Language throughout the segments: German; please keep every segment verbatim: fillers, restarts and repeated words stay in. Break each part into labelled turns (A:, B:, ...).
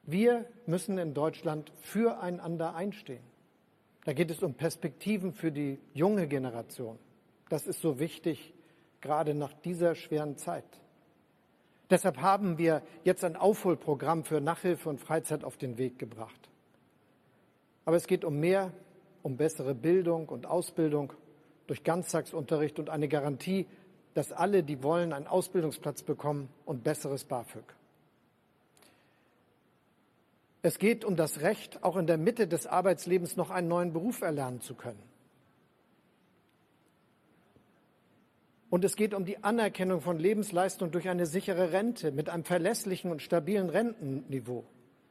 A: Wir müssen in Deutschland füreinander einstehen. Da geht es um Perspektiven für die junge Generation. Das ist so wichtig, gerade nach dieser schweren Zeit. Deshalb haben wir jetzt ein Aufholprogramm für Nachhilfe und Freizeit auf den Weg gebracht. Aber es geht um mehr, um bessere Bildung und Ausbildung durch Ganztagsunterricht und eine Garantie, dass alle, die wollen, einen Ausbildungsplatz bekommen und besseres BAföG. Es geht um das Recht, auch in der Mitte des Arbeitslebens noch einen neuen Beruf erlernen zu können. Und es geht um die Anerkennung von Lebensleistung durch eine sichere Rente mit einem verlässlichen und stabilen Rentenniveau.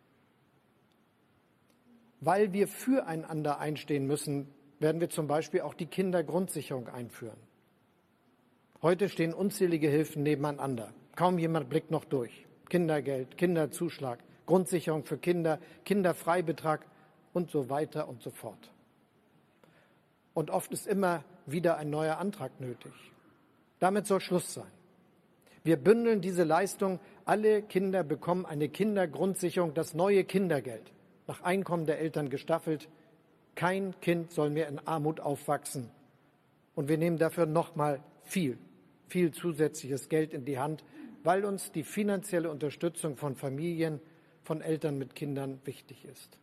A: Weil wir füreinander einstehen müssen, werden wir zum Beispiel auch die Kindergrundsicherung einführen. Heute stehen unzählige Hilfen nebeneinander. Kaum jemand blickt noch durch. Kindergeld, Kinderzuschlag, Grundsicherung für Kinder, Kinderfreibetrag und so weiter und so fort. Und oft ist immer wieder ein neuer Antrag nötig. Damit soll Schluss sein. Wir bündeln diese Leistung. Alle Kinder bekommen eine Kindergrundsicherung, das neue Kindergeld, nach Einkommen der Eltern gestaffelt. Kein Kind soll mehr in Armut aufwachsen. Und wir nehmen dafür nochmal viel, viel zusätzliches Geld in die Hand, weil uns die finanzielle Unterstützung von Familien, von Eltern mit Kindern wichtig ist.